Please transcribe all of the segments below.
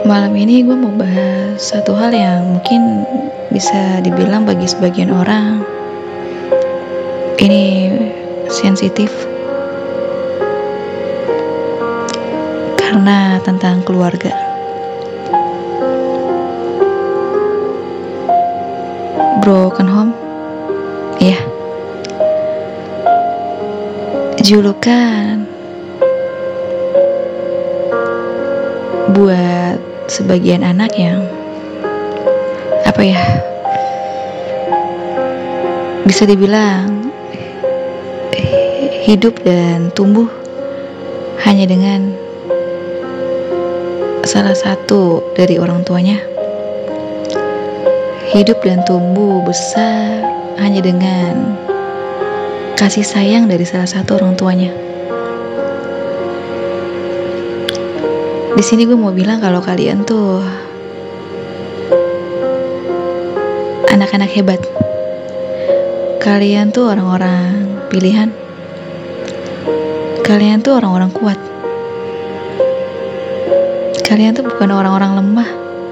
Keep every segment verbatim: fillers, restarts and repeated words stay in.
Malam ini gue mau bahas satu hal yang mungkin bisa dibilang bagi sebagian orang ini sensitif, karena tentang keluarga. Broken home, ya, julukan buat sebagian anak yang apa ya, bisa dibilang hidup dan tumbuh hanya dengan salah satu dari orang tuanya. Hidup dan tumbuh besar hanya dengan kasih sayang dari salah satu orang tuanya. Di sini gue mau bilang kalau kalian tuh anak-anak hebat. Kalian tuh orang-orang pilihan. Kalian tuh orang-orang kuat. Kalian tuh bukan orang-orang lemah.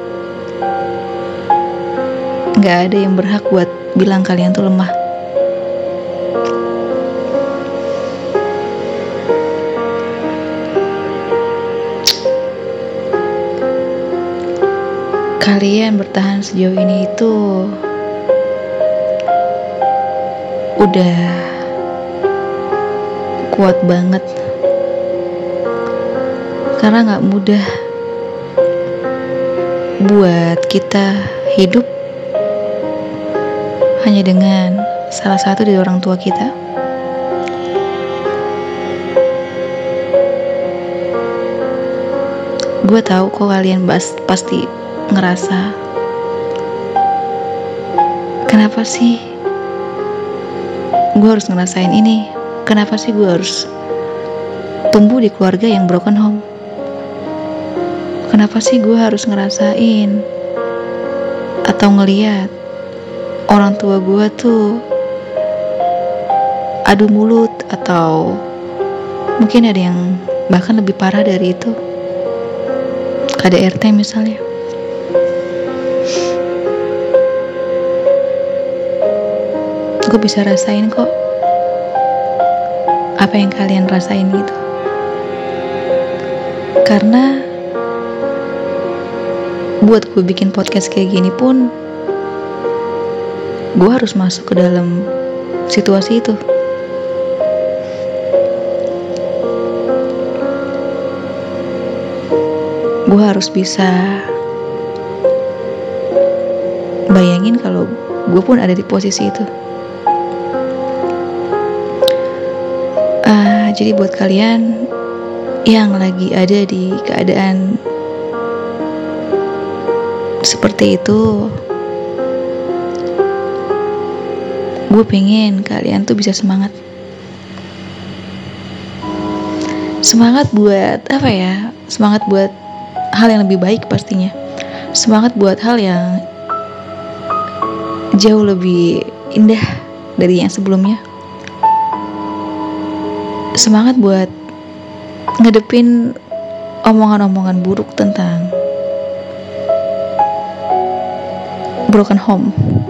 Gak ada yang berhak buat bilang kalian tuh lemah. Kalian bertahan sejauh ini itu udah kuat banget, karena gak mudah buat kita hidup hanya dengan salah satu dari orang tua kita. Gue tahu kok kalian bas, pasti ngerasa, kenapa sih gue harus ngerasain ini? Kenapa sih gue harus tumbuh di keluarga yang broken home? Kenapa sih gue harus ngerasain atau ngeliat orang tua gue tuh adu mulut, atau mungkin ada yang bahkan lebih parah dari itu, K D R T misalnya. Gue bisa rasain kok apa yang kalian rasain gitu. Karena buat gue bikin podcast kayak gini pun gue harus masuk ke dalam situasi itu. Gue harus bisa bayangin kalau gue pun ada di posisi itu. Uh, jadi buat kalian yang lagi ada di keadaan seperti itu, gue pengen kalian tuh bisa semangat. Semangat buat apa ya? Semangat buat hal yang lebih baik pastinya. Semangat buat hal yang jauh lebih indah dari yang sebelumnya. Semangat buat ngedepin omongan-omongan buruk tentang broken home.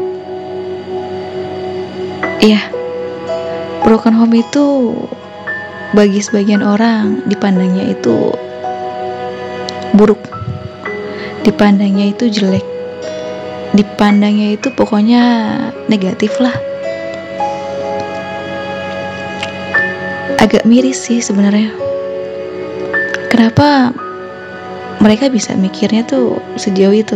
Iya, broken home itu bagi sebagian orang dipandangnya itu buruk, dipandangnya itu jelek, dipandangnya itu pokoknya negatif lah. Agak miris sih sebenarnya. Kenapa mereka bisa mikirnya tuh sejauh itu?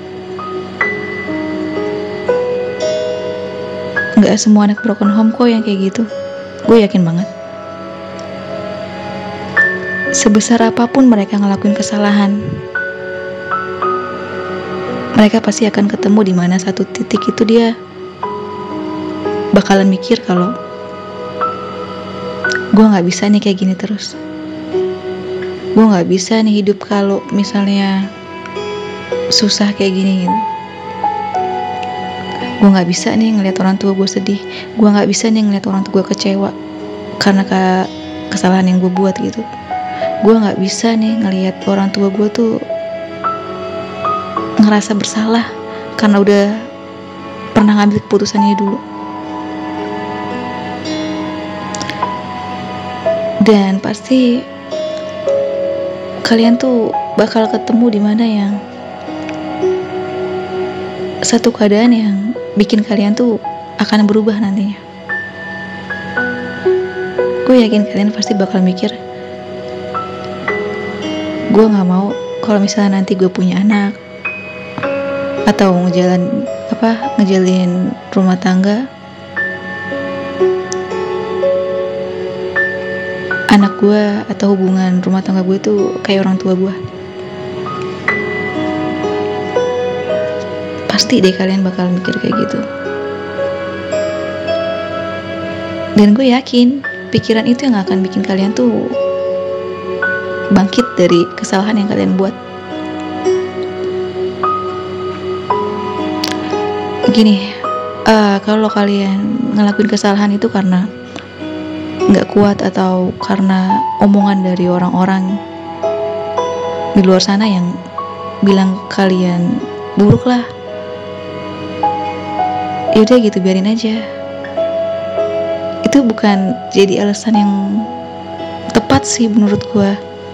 Gak semua anak broken home kok yang kayak gitu. Gue yakin banget. Sebesar apapun mereka ngelakuin kesalahan, mereka pasti akan ketemu di mana satu titik itu dia bakalan mikir kalau gue nggak bisa nih kayak gini terus. Gue nggak bisa nih hidup kalau misalnya susah kayak gini gitu. Gue nggak bisa nih ngeliat orang tua gue sedih. Gue nggak bisa nih ngeliat orang tua gue kecewa karena ke kesalahan yang gue buat gitu. Gue nggak bisa nih ngeliat orang tua gue tuh ngerasa bersalah karena udah pernah ngambil keputusan ini dulu. Dan pasti kalian tuh bakal ketemu di mana yang satu keadaan yang bikin kalian tuh akan berubah nantinya. Gue yakin kalian pasti bakal mikir, gue gak mau kalau misalnya nanti gue punya anak atau ngejalan apa ngejalin rumah tangga, anak gue atau hubungan rumah tangga gue tuh kayak orang tua gue. Pasti deh kalian bakal mikir kayak gitu. Dan gue yakin pikiran itu yang akan bikin kalian tuh bangkit dari kesalahan yang kalian buat. Gini, uh, kalau kalian ngelakuin kesalahan itu karena nggak kuat atau karena omongan dari orang-orang di luar sana yang bilang kalian buruk lah, yaudah gitu, biarin aja. Itu bukan jadi alasan yang tepat sih menurut gue.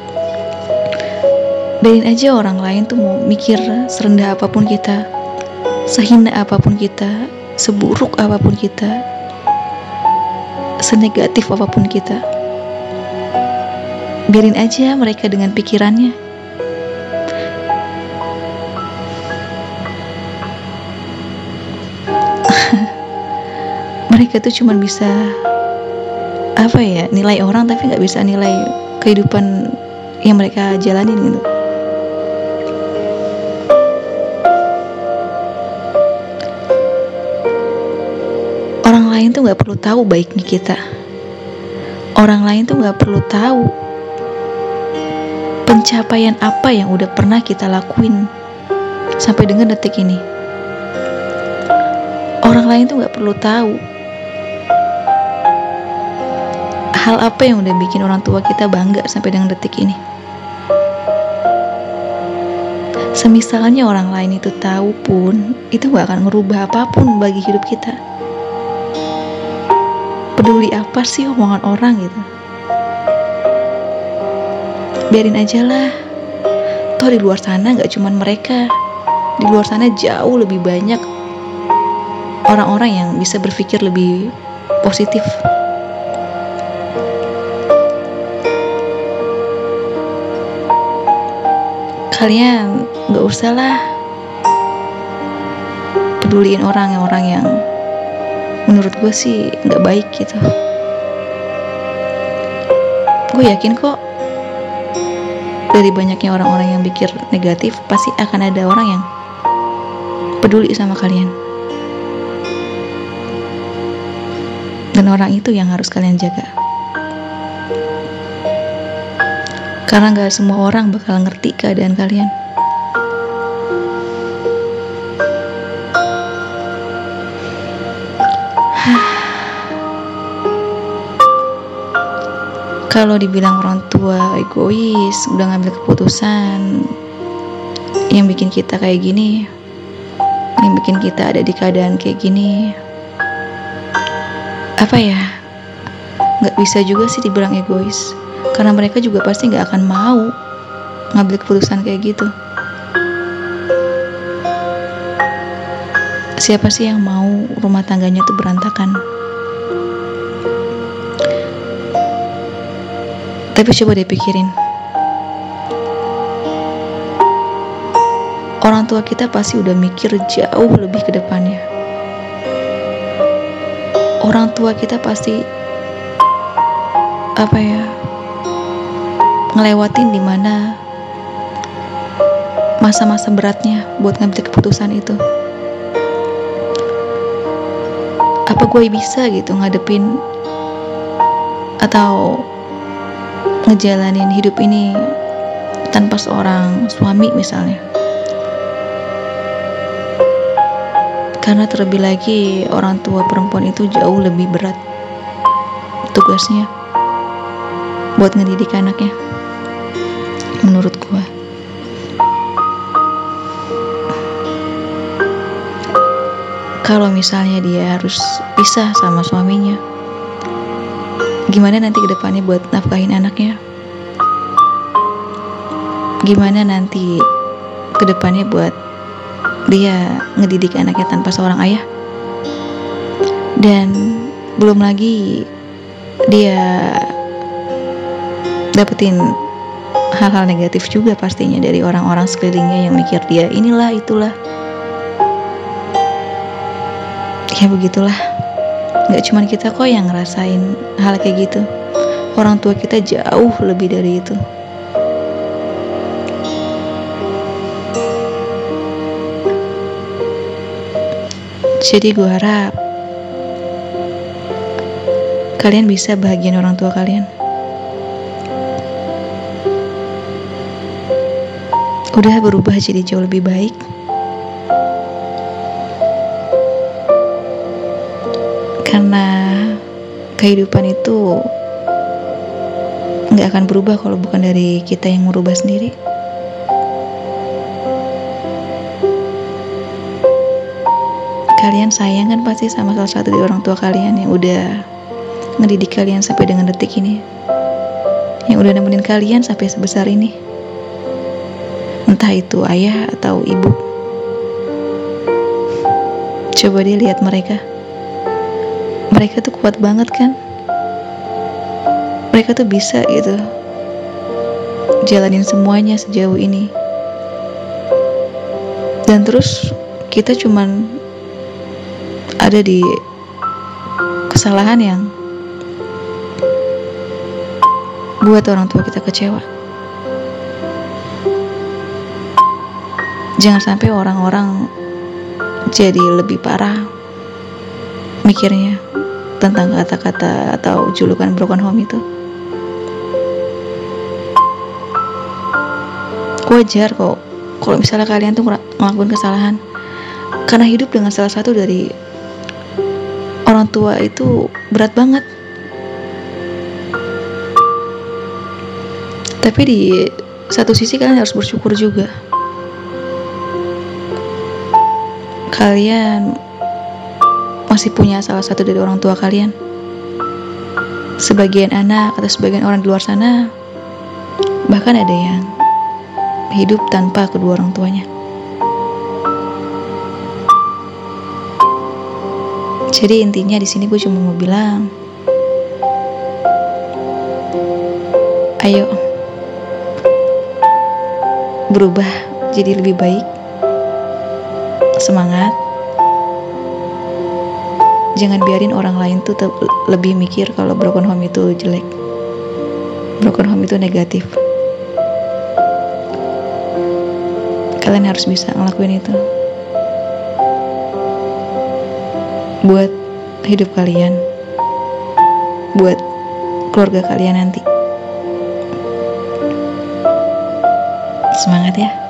Biarin aja orang lain tuh mau mikir serendah apapun kita, sehina apapun kita, seburuk apapun kita, senegatif apapun kita. Biarin aja mereka dengan pikirannya. Mereka tuh cuma bisa apa ya, nilai orang tapi gak bisa nilai kehidupan yang mereka jalanin gitu. Orang lain tuh gak perlu tahu baiknya kita. Orang lain tuh gak perlu tahu pencapaian apa yang udah pernah kita lakuin sampai dengan detik ini. Orang lain tuh gak perlu tahu hal apa yang udah bikin orang tua kita bangga sampai dengan detik ini. Semisalnya orang lain itu tahu pun, itu gak akan ngerubah apapun bagi hidup kita. Peduli apa sih omongan orang gitu. Biarin aja lah. Toh di luar sana gak cuman mereka. Di luar sana jauh lebih banyak orang-orang yang bisa berpikir lebih positif. Kalian gak usah lah peduliin orang-orang yang menurut gue sih gak baik gitu. Gue yakin kok dari banyaknya orang-orang yang pikir negatif, pasti akan ada orang yang peduli sama kalian. Dan orang itu yang harus kalian jaga. Karena gak semua orang bakal ngerti keadaan kalian. Kalau dibilang orang tua egois, udah ngambil keputusan yang bikin kita kayak gini, yang bikin kita ada di keadaan kayak gini, apa ya, gak bisa juga sih dibilang egois. Karena mereka juga pasti gak akan mau ngambil keputusan kayak gitu. Siapa sih yang mau rumah tangganya tuh berantakan? Tapi coba deh pikirin, orang tua kita pasti udah mikir jauh lebih ke depannya. Orang tua kita pasti apa ya, ngelewatin dimana masa-masa beratnya buat ngambil keputusan itu. Apa gue bisa gitu ngadepin atau ngejalanin hidup ini tanpa seorang suami misalnya? Karena terlebih lagi orang tua perempuan itu jauh lebih berat tugasnya buat ngedidik anaknya, menurut gue. Kalau misalnya dia harus pisah sama suaminya, gimana nanti ke depannya buat nafkahin anaknya? Gimana nanti ke depannya buat dia ngedidik anaknya tanpa seorang ayah? Dan belum lagi dia dapetin hal-hal negatif juga pastinya dari orang-orang sekelilingnya yang mikir dia inilah itulah. Ya begitulah, gak cuman kita kok yang ngerasain hal kayak gitu. Orang tua kita jauh lebih dari itu. Jadi gue harap kalian bisa bahagiain orang tua kalian. Udah berubah jadi jauh lebih baik. Karena kehidupan itu gak akan berubah kalau bukan dari kita yang merubah sendiri. Kalian sayang kan pasti sama salah satu dari orang tua kalian yang udah ngedidik kalian sampai dengan detik ini, yang udah nemenin kalian sampai sebesar ini. Entah itu ayah atau ibu. Coba deh lihat mereka. Mereka tuh kuat banget kan. Mereka tuh bisa gitu jalanin semuanya sejauh ini. Dan terus kita cuman ada di kesalahan yang buat orang tua kita kecewa. Jangan sampai orang-orang jadi lebih parah mikirnya tentang kata-kata atau julukan broken home itu. Wajar kok kalau misalnya kalian tuh ngelakuin kesalahan, karena hidup dengan salah satu dari orang tua itu berat banget. Tapi di satu sisi kalian harus bersyukur juga. Kalian masih punya salah satu dari orang tua kalian. Sebagian anak atau sebagian orang di luar sana bahkan ada yang hidup tanpa kedua orang tuanya. Jadi intinya di sini gue cuma mau bilang, ayo berubah jadi lebih baik. Semangat. Jangan biarin orang lain tuh te- lebih mikir kalau broken home itu jelek. Broken home itu negatif. Kalian harus bisa ngelakuin itu buat hidup kalian, buat keluarga kalian nanti. Semangat ya.